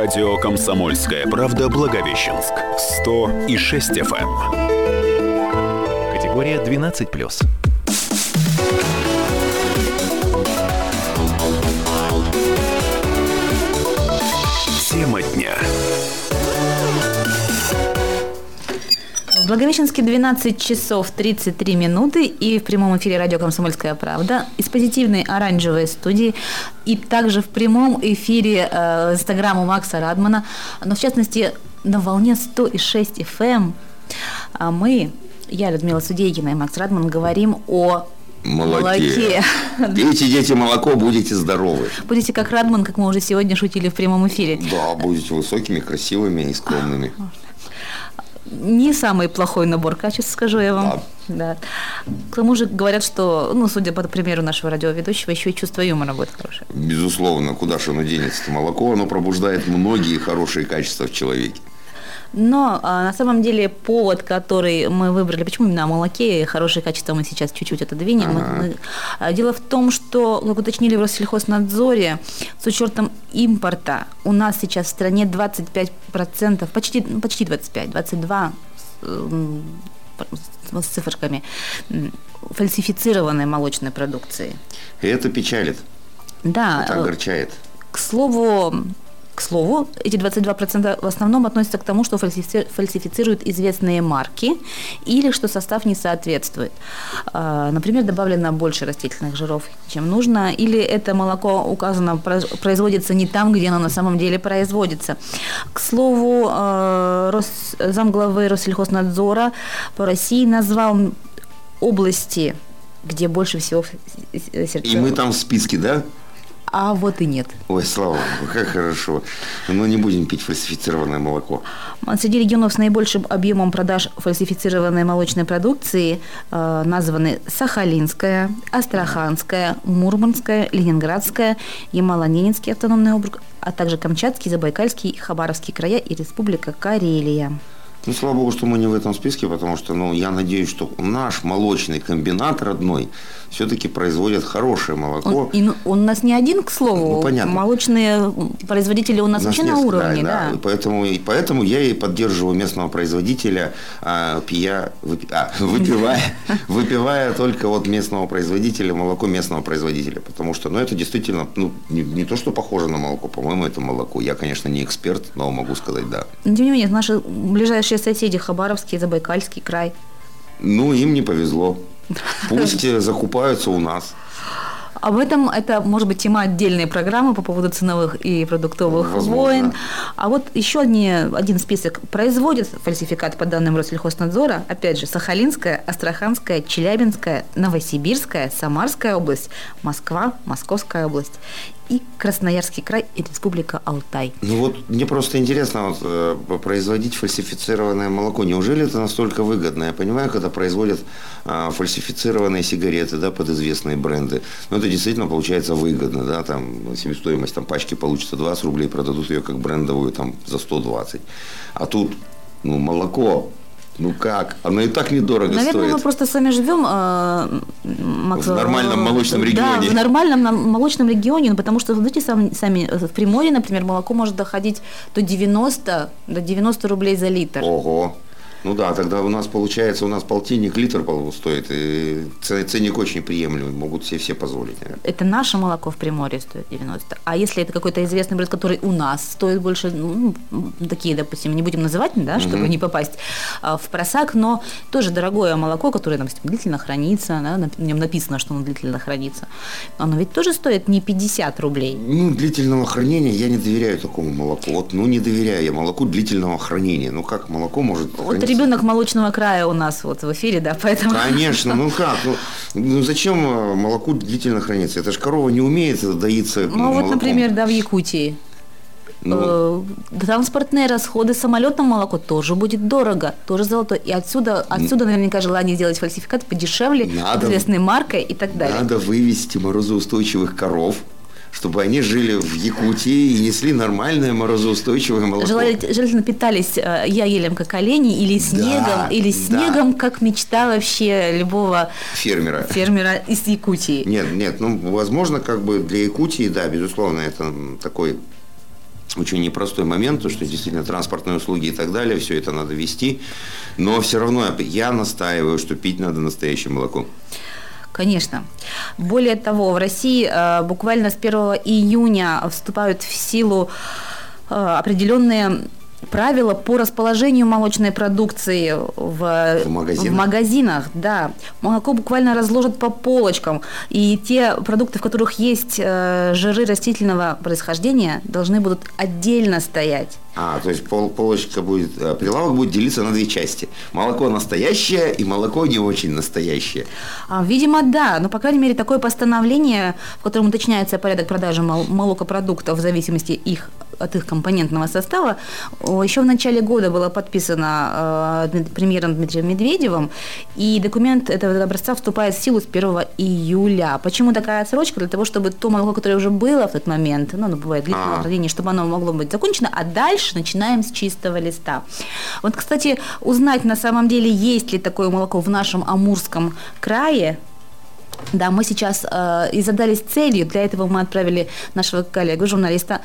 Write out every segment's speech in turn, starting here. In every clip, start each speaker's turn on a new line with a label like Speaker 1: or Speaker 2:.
Speaker 1: Радио «Комсомольская правда» Благовещенск. 100,6 FM.
Speaker 2: Категория 12+.
Speaker 1: Тема дня.
Speaker 3: В Благовещенске 12 часов 33 минуты и в прямом эфире радио «Комсомольская правда» из позитивной оранжевой студии и также в прямом эфире инстаграма Макса Радмана, но в частности на волне 100,6 FM я, Людмила Судейкина и Макс Радман, говорим о молоке.
Speaker 4: Пейте, дети, молоко, будете здоровы.
Speaker 3: Будете как Радман, как мы уже сегодня шутили в прямом эфире.
Speaker 4: Да, будете высокими, красивыми и скромными.
Speaker 3: Не самый плохой набор качеств, скажу я вам. Да. К тому же говорят, что, судя по примеру нашего радиоведущего, еще и чувство юмора будет хорошее.
Speaker 4: Безусловно, куда же оно денется-то? Молоко, оно пробуждает многие хорошие качества в человеке.
Speaker 3: Но на самом деле повод, который мы выбрали, почему именно о молоке и хорошие качества мы сейчас чуть-чуть отодвинем. Дело в том, что, как уточнили в Россельхознадзоре, с учетом импорта у нас сейчас в стране 25%, почти 25, 22 с циферками фальсифицированной молочной продукции.
Speaker 4: И это печалит.
Speaker 3: Да.
Speaker 4: Это огорчает.
Speaker 3: К слову, эти 22% в основном относятся к тому, что фальсифицируют известные марки или что состав не соответствует. Например, добавлено больше растительных жиров, чем нужно, или это молоко указано производится не там, где оно на самом деле производится. К слову, замглавы Россельхознадзора по России назвал области, где больше всего сертифицировано.
Speaker 4: И мы там в списке, да?
Speaker 3: А вот и нет.
Speaker 4: Ой, слава богу, как хорошо. Но не будем пить фальсифицированное молоко.
Speaker 3: Среди регионов с наибольшим объемом продаж фальсифицированной молочной продукции названы Сахалинская, Астраханская, Мурманская, Ленинградская, Ямало-Ненецкий автономный округ, а также Камчатский, Забайкальский, Хабаровский края и Республика Карелия.
Speaker 4: Слава богу, что мы не в этом списке, потому что, я надеюсь, что наш молочный комбинат родной все-таки производит хорошее молоко.
Speaker 3: Он у нас не один, к слову.
Speaker 4: Понятно.
Speaker 3: Молочные производители у нас вообще на уровне. Да.
Speaker 4: И поэтому я и поддерживаю местного производителя, выпивая только от местного производителя, молоко местного производителя. Потому что, это действительно, не то, что похоже на молоко, по-моему, это молоко. Я, конечно, не эксперт, но могу сказать да.
Speaker 3: Тем не менее, наши ближайшие соседи Хабаровский, Забайкальский край.
Speaker 4: Им не повезло. Пусть закупаются у нас.
Speaker 3: Об этом это может быть тема отдельной программы по поводу ценовых и продуктовых войн. А вот еще один список производит фальсификат по данным Россельхознадзора. Опять же, Сахалинская, Астраханская, Челябинская, Новосибирская, Самарская область, Москва, Московская область и Красноярский край и Республика Алтай.
Speaker 4: Мне просто интересно производить фальсифицированное молоко. Неужели это настолько выгодно? Я понимаю, когда производят фальсифицированные сигареты, под известные бренды. Но это действительно получается выгодно, там себестоимость пачки получится 20 рублей, продадут ее как брендовую за 120. А тут молоко. Как? Оно и так недорого стоит.
Speaker 3: Наверное, мы просто сами живем, Макс,
Speaker 4: в нормальном молочном регионе.
Speaker 3: Да, в нормальном молочном регионе, потому что, знаете, сами в Приморье, например, молоко может доходить до 90 рублей за литр.
Speaker 4: Ого! Тогда у нас получается, полтинник литр стоит, и ценник очень приемлемый, могут себе все позволить.
Speaker 3: Это наше молоко в Приморье стоит 90. А если это какой-то известный бренд, который у нас стоит больше, такие, допустим, не будем называть, чтобы не попасть в просак, но тоже дорогое молоко, которое, допустим, длительно хранится, на нем написано, что оно длительно хранится, оно ведь тоже стоит не 50 рублей.
Speaker 4: Длительного хранения я не доверяю такому молоку. Не доверяю я молоку длительного хранения. Как молоко может храниться?
Speaker 3: Ребенок молочного края у нас в эфире, поэтому...
Speaker 4: Конечно, как? Зачем молоку длительно храниться? Это же корова не умеет доиться молоком.
Speaker 3: Например, в Якутии. Транспортные расходы, самолетное молоко тоже будет дорого, тоже золотое. И отсюда наверняка желание сделать фальсификат подешевле, известной маркой и так далее.
Speaker 4: Надо вывести морозоустойчивых коров, чтобы они жили в Якутии и несли нормальное морозоустойчивое молоко.
Speaker 3: Желательно питались ягелем, как олени, или снегом, как мечта вообще любого фермера из Якутии.
Speaker 4: Нет, возможно, для Якутии, безусловно, это такой очень непростой момент, то, что действительно транспортные услуги и так далее, все это надо вести. Но все равно я настаиваю, что пить надо настоящее молоко.
Speaker 3: Конечно. Более того, в России буквально с 1 июня вступают в силу определенные правила по расположению молочной продукции в магазинах. Да. Молоко буквально разложат по полочкам. И те продукты, в которых есть жиры растительного происхождения, должны будут отдельно стоять.
Speaker 4: То есть полочка будет, прилавок будет делиться на две части. Молоко настоящее и молоко не очень настоящее.
Speaker 3: Видимо, да. Но, по крайней мере, такое постановление, в котором уточняется порядок продажи молокопродуктов в зависимости от их компонентного состава, еще в начале года было подписано премьером Дмитрием Медведевым, и документ этого образца вступает в силу с 1 июля. Почему такая отсрочка? Для того, чтобы то молоко, которое уже было в тот момент, оно бывает длительное хранение, чтобы оно могло быть закончено, а дальше начинаем с чистого листа. Вот, кстати, узнать на самом деле, есть ли такое молоко в нашем Амурском крае. Да, мы сейчас и задались целью, для этого мы отправили нашего коллегу, журналиста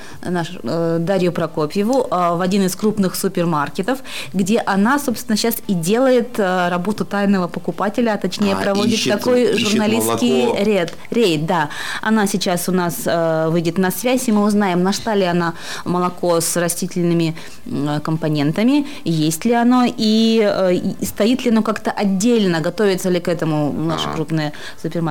Speaker 3: Дарью Прокопьеву в один из крупных супермаркетов, где она, собственно, сейчас и делает работу тайного покупателя, а точнее проводит такой журналистский рейд. Да. Она сейчас у нас выйдет на связь, и мы узнаем, нашла ли она молоко с растительными компонентами, есть ли оно, и стоит ли оно как-то отдельно, готовятся ли к этому наши крупные супермаркеты.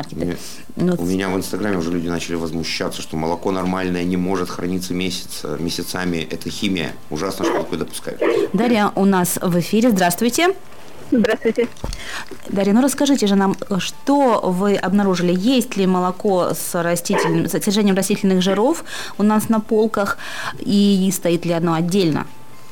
Speaker 4: У меня в Инстаграме уже люди начали возмущаться, что молоко нормальное не может храниться месяцами. Это химия. Ужасно, что такое допускают.
Speaker 3: Дарья у нас в эфире. Здравствуйте.
Speaker 2: Здравствуйте.
Speaker 3: Дарья, расскажите же нам, что вы обнаружили? Есть ли молоко с содержанием растительных жиров у нас на полках и стоит ли оно отдельно?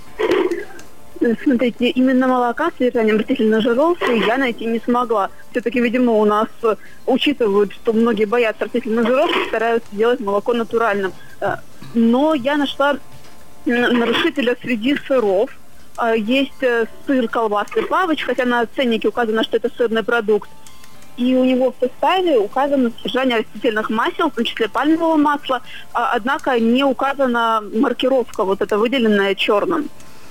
Speaker 2: Смотрите, именно молока с содержанием растительных жиров я найти не смогла. Все-таки, видимо, у нас учитывают, что многие боятся растительных жиров и стараются делать молоко натуральным. Но я нашла нарушителя среди сыров. Есть сыр колбасный Павыч, хотя на ценнике указано, что это сырный продукт. И у него в составе указано содержание растительных масел, в том числе пальмового масла, однако не указана маркировка, вот эта выделенная черным.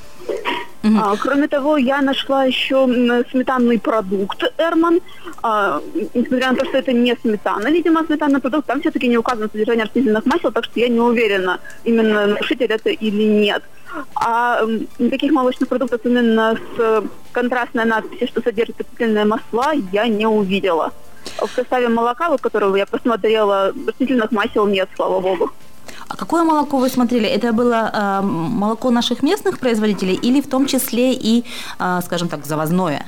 Speaker 2: Кроме того, я нашла еще сметанный продукт «Эрман». Несмотря на то, что это не сметана, видимо, сметанный продукт, там все-таки не указано содержание растительных масел, так что я не уверена, именно нарушитель это или нет. А никаких молочных продуктов именно с контрастной надписью, что содержит растительные масла, я не увидела. В составе молока, вот которого я посмотрела, растительных масел нет, слава богу.
Speaker 3: А какое молоко вы смотрели? Это было молоко наших местных производителей или в том числе и, скажем так, завозное?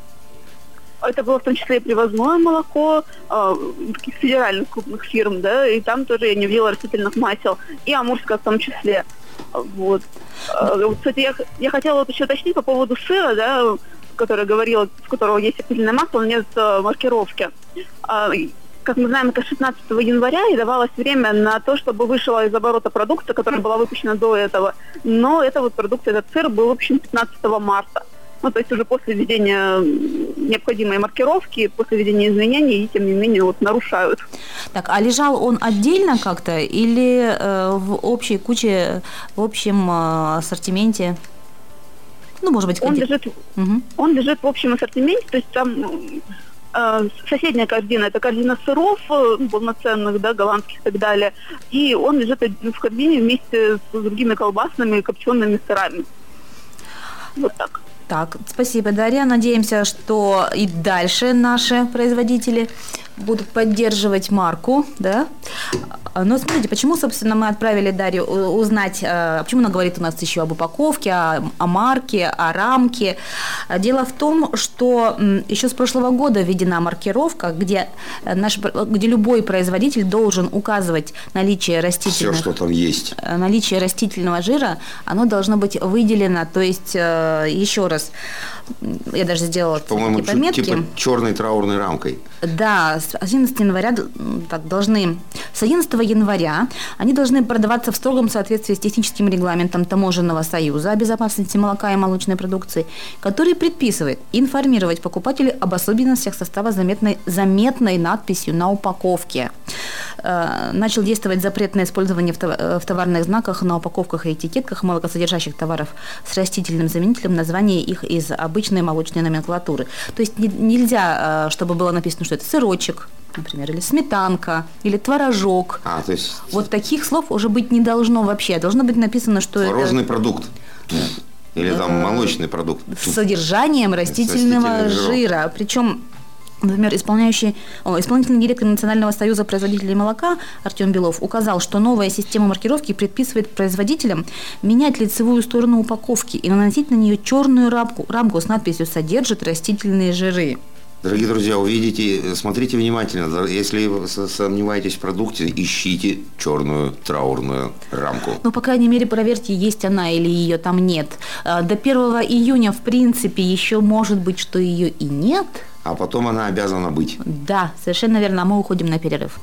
Speaker 2: Это было в том числе и привозное молоко таких федеральных крупных фирм, да, и там тоже я не видела растительных масел, и амурское в том числе. Вот. Кстати, я хотела вот еще уточнить по поводу сыра, да, который говорила, в которого есть растительное масло, но нет маркировки. Как мы знаем, это 16 января, и давалось время на то, чтобы вышла из оборота продукция, которая была выпущена до этого. Но эта вот продукция, этот сыр был выпущен 15 марта. Ну, то есть уже после введения необходимой маркировки, после введения изменений, и тем не менее вот нарушают.
Speaker 3: Так, а лежал он отдельно как-то или в общей куче, в общем ассортименте? Ну, может быть,
Speaker 2: он лежит в общем ассортименте, то есть там... Соседняя корзина – это корзина сыров полноценных, да, голландских и так далее. И он лежит в корзине вместе с другими колбасными копчеными сырами. Вот так.
Speaker 3: Так, спасибо, Дарья. Надеемся, что и дальше наши производители будут поддерживать марку, да. Но смотрите, почему, собственно, мы отправили Дарью узнать, почему она говорит у нас еще об упаковке, о марке, о рамке. Дело в том, что еще с прошлого года введена маркировка, где любой производитель должен указывать наличие растительных...
Speaker 4: Все, что там есть.
Speaker 3: Наличие растительного жира, оно должно быть выделено. То есть, еще раз, я даже сделала
Speaker 4: по-моему,
Speaker 3: такие пометки.
Speaker 4: Типа черной траурной рамкой.
Speaker 3: Да, с 11 января с 11 января они должны продаваться в строгом соответствии с техническим регламентом Таможенного союза о безопасности молока и молочной продукции, который предписывает информировать покупателей об особенностях состава заметной надписью на упаковке. Начал действовать запрет на использование в товарных знаках, на упаковках и этикетках молокосодержащих товаров с растительным заменителем названия их из обычной молочной номенклатуры. То есть нельзя, чтобы было написано, что это сырочек, например, или сметанка, или творожок.
Speaker 4: То есть...
Speaker 3: Вот таких слов уже быть не должно вообще. Должно быть написано, что
Speaker 4: творожный
Speaker 3: это...
Speaker 4: продукт. Или там молочный продукт.
Speaker 3: С содержанием растительного жира. Причем, например, исполнительный директор Национального союза производителей молока Артем Белов указал, что новая система маркировки предписывает производителям менять лицевую сторону упаковки и наносить на нее черную рамку с надписью «Содержит растительные жиры».
Speaker 4: Дорогие друзья, увидите, смотрите внимательно. Если вы сомневаетесь в продукте, ищите черную траурную рамку.
Speaker 3: По крайней мере, проверьте, есть она или ее там нет. До 1 июня, в принципе, еще может быть, что ее и нет.
Speaker 4: А потом она обязана быть.
Speaker 3: Да, совершенно верно. Мы уходим на перерыв.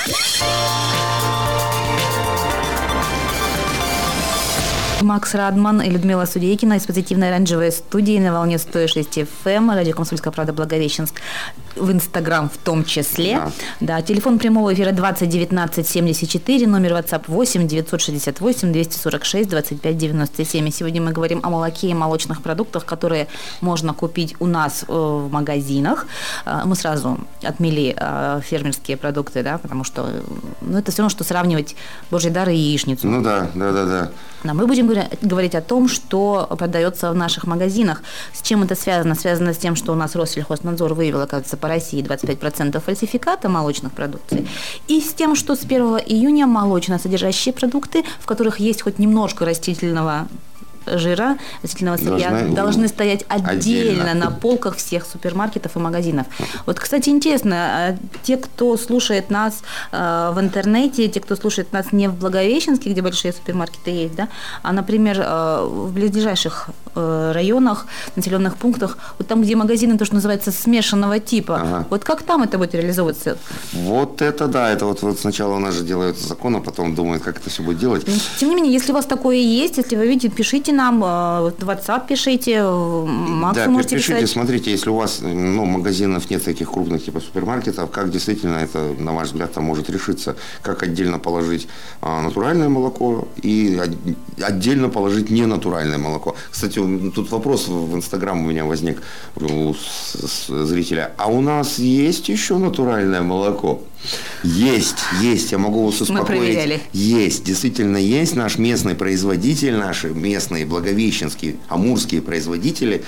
Speaker 3: Макс Радман и Людмила Судейкина из позитивной оранжевой студии на волне 106 FM, радио «Комсомольская правда», Благовещенск, в Инстаграм в том числе. Да, телефон прямого эфира 20 19 74, номер WhatsApp 8 968 246 25 97. И сегодня мы говорим о молоке и молочных продуктах, которые можно купить у нас в магазинах. Мы сразу отмели фермерские продукты, да, потому что это все равно, что сравнивать Божий дар и яичницу.
Speaker 4: Да.
Speaker 3: Но мы будем говорить о том, что продается в наших магазинах. С чем это связано? Связано с тем, что у нас Россельхознадзор выявил, оказывается, по России 25% фальсификата молочных продукций. И с тем, что с 1 июня молочно-содержащие продукты, в которых есть хоть немножко растительного жира, растительного сырья, должны стоять отдельно на полках всех супермаркетов и магазинов. Вот, кстати, интересно, те, кто слушает нас в интернете, те, кто слушает нас не в Благовещенске, где большие супермаркеты есть, да, а, например, в близлежащих районах, населенных пунктах, вот там, где магазины, то, что называется, смешанного типа, вот как там это будет реализовываться?
Speaker 4: Вот это да, это вот сначала у нас же делают закон, а потом думают, как это все будет делать.
Speaker 3: Тем не менее, если у вас такое есть, если вы видите, пишите нам, в WhatsApp пишите, Максу можете
Speaker 4: пишите,
Speaker 3: писать.
Speaker 4: Смотрите, если у вас магазинов нет таких крупных типа супермаркетов, как действительно это, на ваш взгляд, там может решиться, как отдельно положить натуральное молоко и отдельно положить ненатуральное молоко. Кстати, тут вопрос в Инстаграм у меня возник у зрителя. А у нас есть еще натуральное молоко? Есть, я могу вас успокоить.
Speaker 3: Мы проверяли.
Speaker 4: Есть, действительно есть. Наш местный производитель, наши местные благовещенские, амурские производители,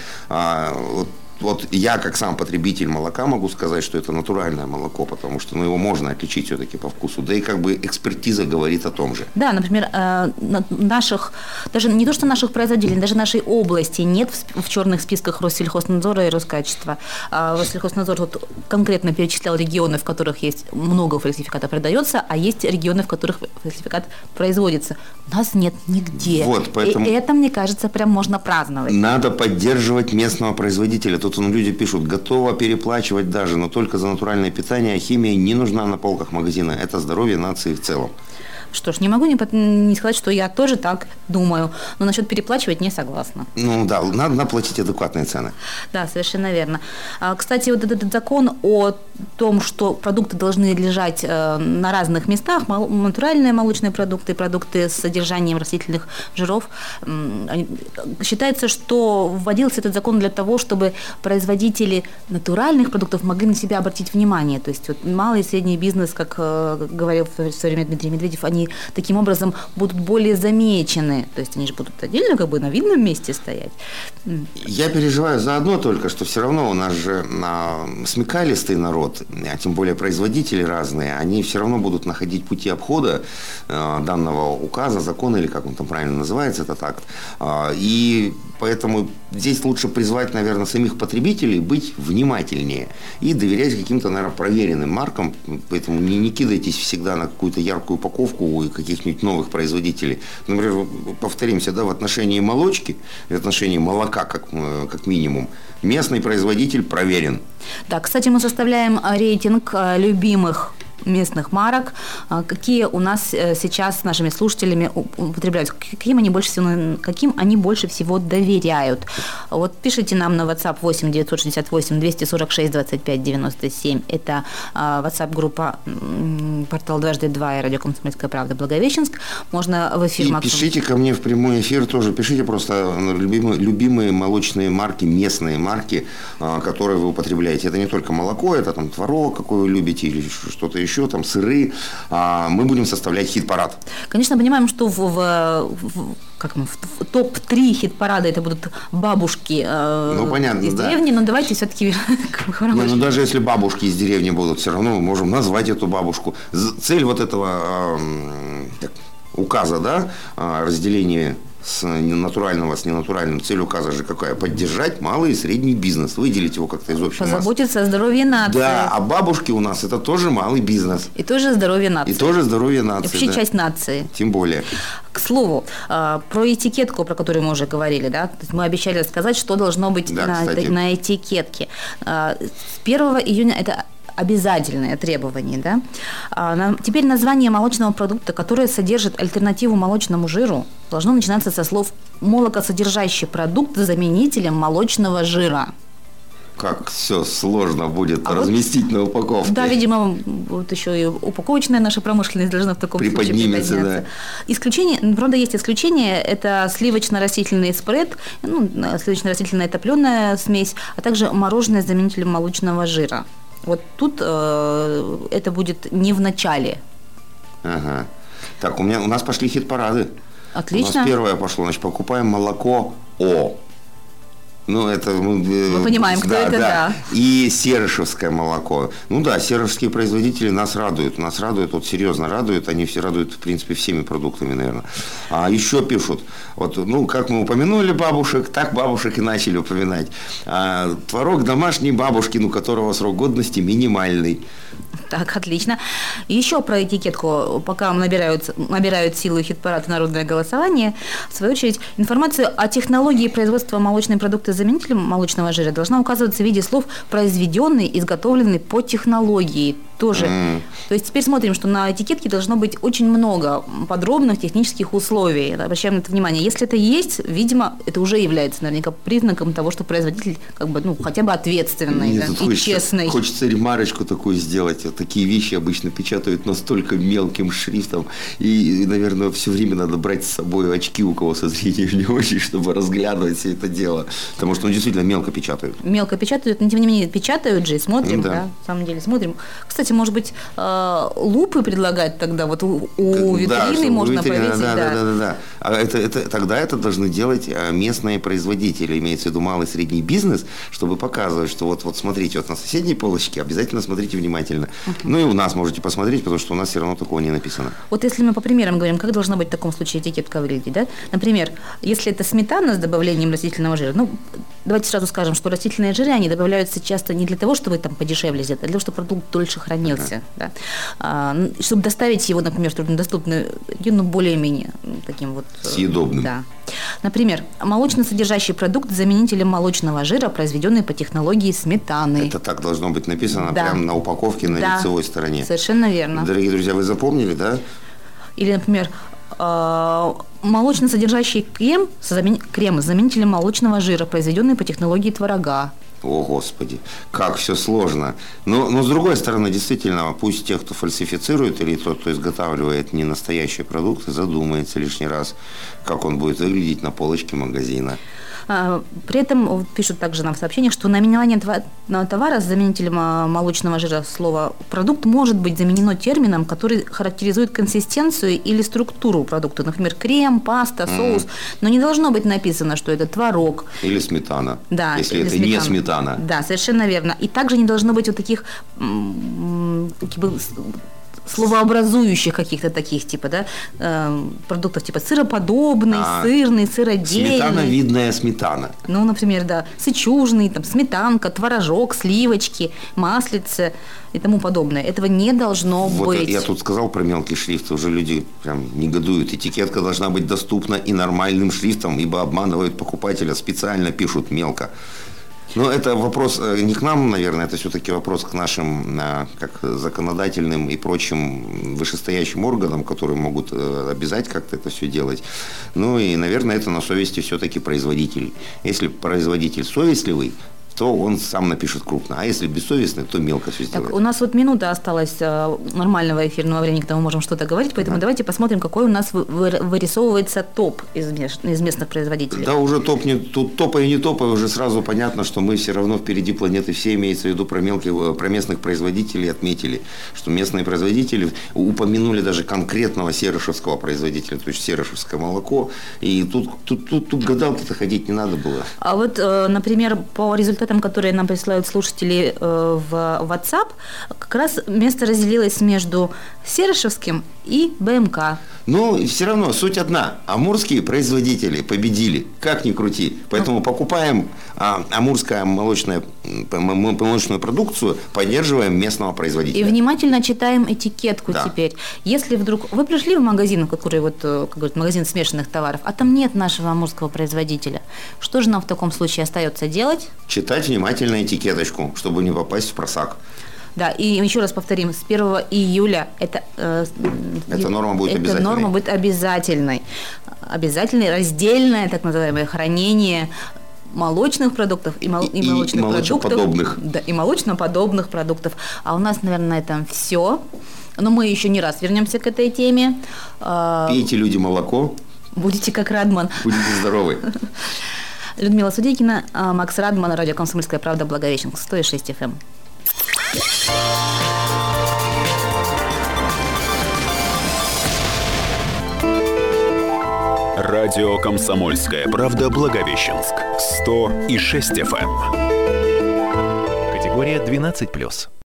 Speaker 4: вот я, как сам потребитель молока, могу сказать, что это натуральное молоко, потому что его можно отличить все-таки по вкусу. Да и как бы экспертиза говорит о том же.
Speaker 3: Да, например, наших, даже не то что наших производителей, даже нашей области нет в черных списках Россельхознадзора и Роскачества. Россельхознадзор вот конкретно перечислял регионы, в которых есть много фальсификата продается, а есть регионы, в которых фальсификат производится. У нас нет нигде.
Speaker 4: Вот, поэтому
Speaker 3: и это, мне кажется, прям можно праздновать.
Speaker 4: Надо поддерживать местного производителя. Тут люди пишут, готово переплачивать даже, но только за натуральное питание, а химия не нужна на полках магазина. Это здоровье нации в целом.
Speaker 3: Что ж, не могу не сказать, что я тоже так думаю, но насчет переплачивать не согласна.
Speaker 4: Да, надо платить адекватные цены. Да,
Speaker 3: совершенно верно. Кстати, вот этот закон о том, что продукты должны лежать на разных местах, натуральные молочные продукты, продукты с содержанием растительных жиров, считается, что вводился этот закон для того, чтобы производители натуральных продуктов могли на себя обратить внимание. То есть вот малый и средний бизнес, как говорил в свое время Дмитрий Медведев, они таким образом будут более замечены. То есть они же будут отдельно как бы на видном месте стоять.
Speaker 4: Я переживаю за одно только, что все равно у нас же смекалистый народ, а тем более производители разные, они все равно будут находить пути обхода данного указа, закона, или как он там правильно называется, этот акт. И Поэтому здесь лучше призвать, наверное, самих потребителей быть внимательнее и доверять каким-то, наверное, проверенным маркам. Поэтому не кидайтесь всегда на какую-то яркую упаковку у каких-нибудь новых производителей. Например, повторимся, да, в отношении молочки, в отношении молока, как минимум, местный производитель проверен.
Speaker 3: Да, кстати, мы составляем рейтинг любимых местных марок, какие у нас сейчас с нашими слушателями употребляют, каким они больше всего доверяют. Вот пишите нам на WhatsApp 8 968 246 25 97. Это WhatsApp-группа портал «Дважды два» и радио «Комсомольская правда» Благовещенск. Можно в эфир...
Speaker 4: И пишите ко мне в прямой эфир тоже. Пишите просто любимые молочные марки, местные марки, которые вы употребляете. Это не только молоко, это там творог, какой вы любите, или что-то еще, там сыры. Мы будем составлять хит-парад.
Speaker 3: Конечно, понимаем, что в топ-3 хит-парада это будут бабушки
Speaker 4: понятно,
Speaker 3: из деревни, но давайте все-таки...
Speaker 4: даже если бабушки из деревни будут, все равно мы можем назвать эту бабушку. Цель вот этого указа, да, разделения с натурального с ненатуральным, цель указа же какая? Поддержать малый и средний бизнес, выделить его как-то из общего.
Speaker 3: Позаботиться о здоровье нации.
Speaker 4: Да, а бабушки у нас это тоже малый бизнес.
Speaker 3: И тоже здоровье нации. Вообще
Speaker 4: да.
Speaker 3: Часть нации.
Speaker 4: Тем более.
Speaker 3: К слову, про этикетку, про которую мы уже говорили, да, то есть мы обещали рассказать, что должно быть на этикетке. С 1 июня это обязательное требование, да? Теперь название молочного продукта, которое содержит альтернативу молочному жиру, должно начинаться со слов «молокосодержащий продукт с заменителем молочного жира».
Speaker 4: Как все сложно будет разместить на упаковке.
Speaker 3: Да, видимо, вот еще и упаковочная наша промышленность должна в таком случае приподняться. Да. Исключение, правда, есть исключение, это сливочно-растительный спред, сливочно-растительная топленая смесь, а также мороженое с заменителем молочного жира. Вот тут это будет не в начале. Ага.
Speaker 4: Так, у нас пошли хит-парады.
Speaker 3: Отлично.
Speaker 4: У нас первое пошло, значит, покупаем молоко О. Это...
Speaker 3: Мы понимаем, кто это, да.
Speaker 4: И серышевское молоко. Серышевские производители нас радуют, вот серьезно радуют, они все радуют, в принципе, всеми продуктами, наверное. А еще пишут, как мы упомянули бабушек, так бабушек и начали упоминать. Творог домашней бабушки, у которого срок годности минимальный.
Speaker 3: Так, отлично. Еще про этикетку, пока набирают силу хит-парад «Народное голосование», в свою очередь, информацию о технологии производства молочной продукции с заменителем молочного жира должна указываться в виде слов «произведенный», «изготовленный по технологии». Тоже. То есть теперь смотрим, что на этикетке должно быть очень много подробных технических условий. Обращаем на это внимание. Если это есть, видимо, это уже является наверняка признаком того, что производитель хотя бы ответственный и честный.
Speaker 4: Хочется ремарочку такую сделать. Вот такие вещи обычно печатают настолько мелким шрифтом. И, наверное, все время надо брать с собой очки, у кого со зрением не очень, чтобы разглядывать все это дело. Потому что действительно мелко печатают.
Speaker 3: Мелко печатают, но тем не менее печатают же и смотрим. Да. На самом деле смотрим. Кстати, может быть, лупы предлагать тогда, вот у витрины можно повесить.
Speaker 4: Да. А тогда это должны делать местные производители, имеется в виду малый и средний бизнес, чтобы показывать, что вот смотрите, вот на соседней полочке обязательно смотрите внимательно. И у нас можете посмотреть, потому что у нас все равно такого не написано.
Speaker 3: Вот если мы по примерам говорим, как должна быть в таком случае этикетка выглядеть, да? Например, если это сметана с добавлением растительного жира, давайте сразу скажем, что растительные жиры, они добавляются часто не для того, чтобы там подешевле сделать, а для того, чтобы продукт дольше хранился. Да? Чтобы доставить его, например, в труднодоступный регион, более-менее таким вот...
Speaker 4: съедобным.
Speaker 3: Да. Например, молочно-содержащий продукт с заменителем молочного жира, произведенный по технологии сметаны.
Speaker 4: Это так должно быть написано прямо на упаковке на лицевой стороне.
Speaker 3: Совершенно верно.
Speaker 4: Дорогие друзья, вы запомнили, да?
Speaker 3: Или, например, молочно-содержащий крем с заменителем молочного жира, произведенный по технологии творога.
Speaker 4: О, Господи, как все сложно. Но с другой стороны, действительно, пусть те, кто фальсифицирует, или тот, кто изготавливает не настоящие продукты, задумается лишний раз, как он будет выглядеть на полочке магазина.
Speaker 3: При этом пишут также нам в сообщениях, что наименование товара с заменителем молочного жира слово «продукт» может быть заменено термином, который характеризует консистенцию или структуру продукта. Например, крем, паста, соус. Но не должно быть написано, что это творог.
Speaker 4: Или сметана,
Speaker 3: да,
Speaker 4: если это не сметана.
Speaker 3: Да, совершенно верно. И также не должно быть вот таких словообразующих каких-то таких, типа, да, продуктов, типа сыроподобный, сырный, сыродельный.
Speaker 4: Сметановидная сметана.
Speaker 3: Ну, например, да, сычужный, там, сметанка, творожок, сливочки, маслице и тому подобное. Этого не должно
Speaker 4: вот
Speaker 3: быть.
Speaker 4: Я тут сказал про мелкий шрифт, уже люди прям негодуют. Этикетка должна быть доступна и нормальным шрифтом, ибо обманывают покупателя, специально пишут мелко. Но это вопрос не к нам, наверное, это все-таки вопрос к нашим как законодательным и прочим вышестоящим органам, которые могут обязать как-то это все делать. Ну и, наверное, это на совести все-таки производителей. Если производитель совестливый, то он сам напишет крупно. А если бессовестный, то мелко все сделает.
Speaker 3: Так, у нас вот минута осталась нормального эфирного времени, когда мы можем что-то говорить, поэтому давайте посмотрим, какой у нас вырисовывается топ из местных производителей.
Speaker 4: Да, уже тут топа и не топа, уже сразу понятно, что мы все равно впереди планеты всей, имеется в виду про местных производителей, отметили, что местные производители упомянули даже конкретного серышевского производителя, то есть серышевское молоко, и тут гадалки-то ходить не надо было.
Speaker 3: А вот, например, по результатам, которые нам присылают слушатели в WhatsApp, как раз место разделилось между серышевским и БМК.
Speaker 4: Но все равно суть одна. Амурские производители победили, как ни крути. Поэтому покупаем амурскую молочную продукцию, поддерживаем местного производителя.
Speaker 3: И внимательно читаем этикетку теперь. Если вдруг вы пришли в магазин, который вот, как говорят, магазин смешанных товаров, а там нет нашего амурского производителя, что же нам в таком случае остается делать?
Speaker 4: Читать внимательно этикеточку, чтобы не попасть в просак.
Speaker 3: Да, и еще раз повторим, с 1 июля эта
Speaker 4: норма будет обязательной.
Speaker 3: Норма будет обязательной. Обязательное раздельное, так называемое, хранение молочных продуктов и молочноподобных. Да, и молочноподобных продуктов. А у нас, наверное, на этом все. Но мы еще не раз вернемся к этой теме.
Speaker 4: Пейте, люди, молоко.
Speaker 3: Будете как Радман.
Speaker 4: Будете здоровы.
Speaker 3: Людмила Судейкина, Макс Радман, радио «Комсомольская правда», Благовещенск, 106 FM.
Speaker 1: Радио «Комсомольская правда», Благовещенск, 106 FM.
Speaker 5: Категория 12+.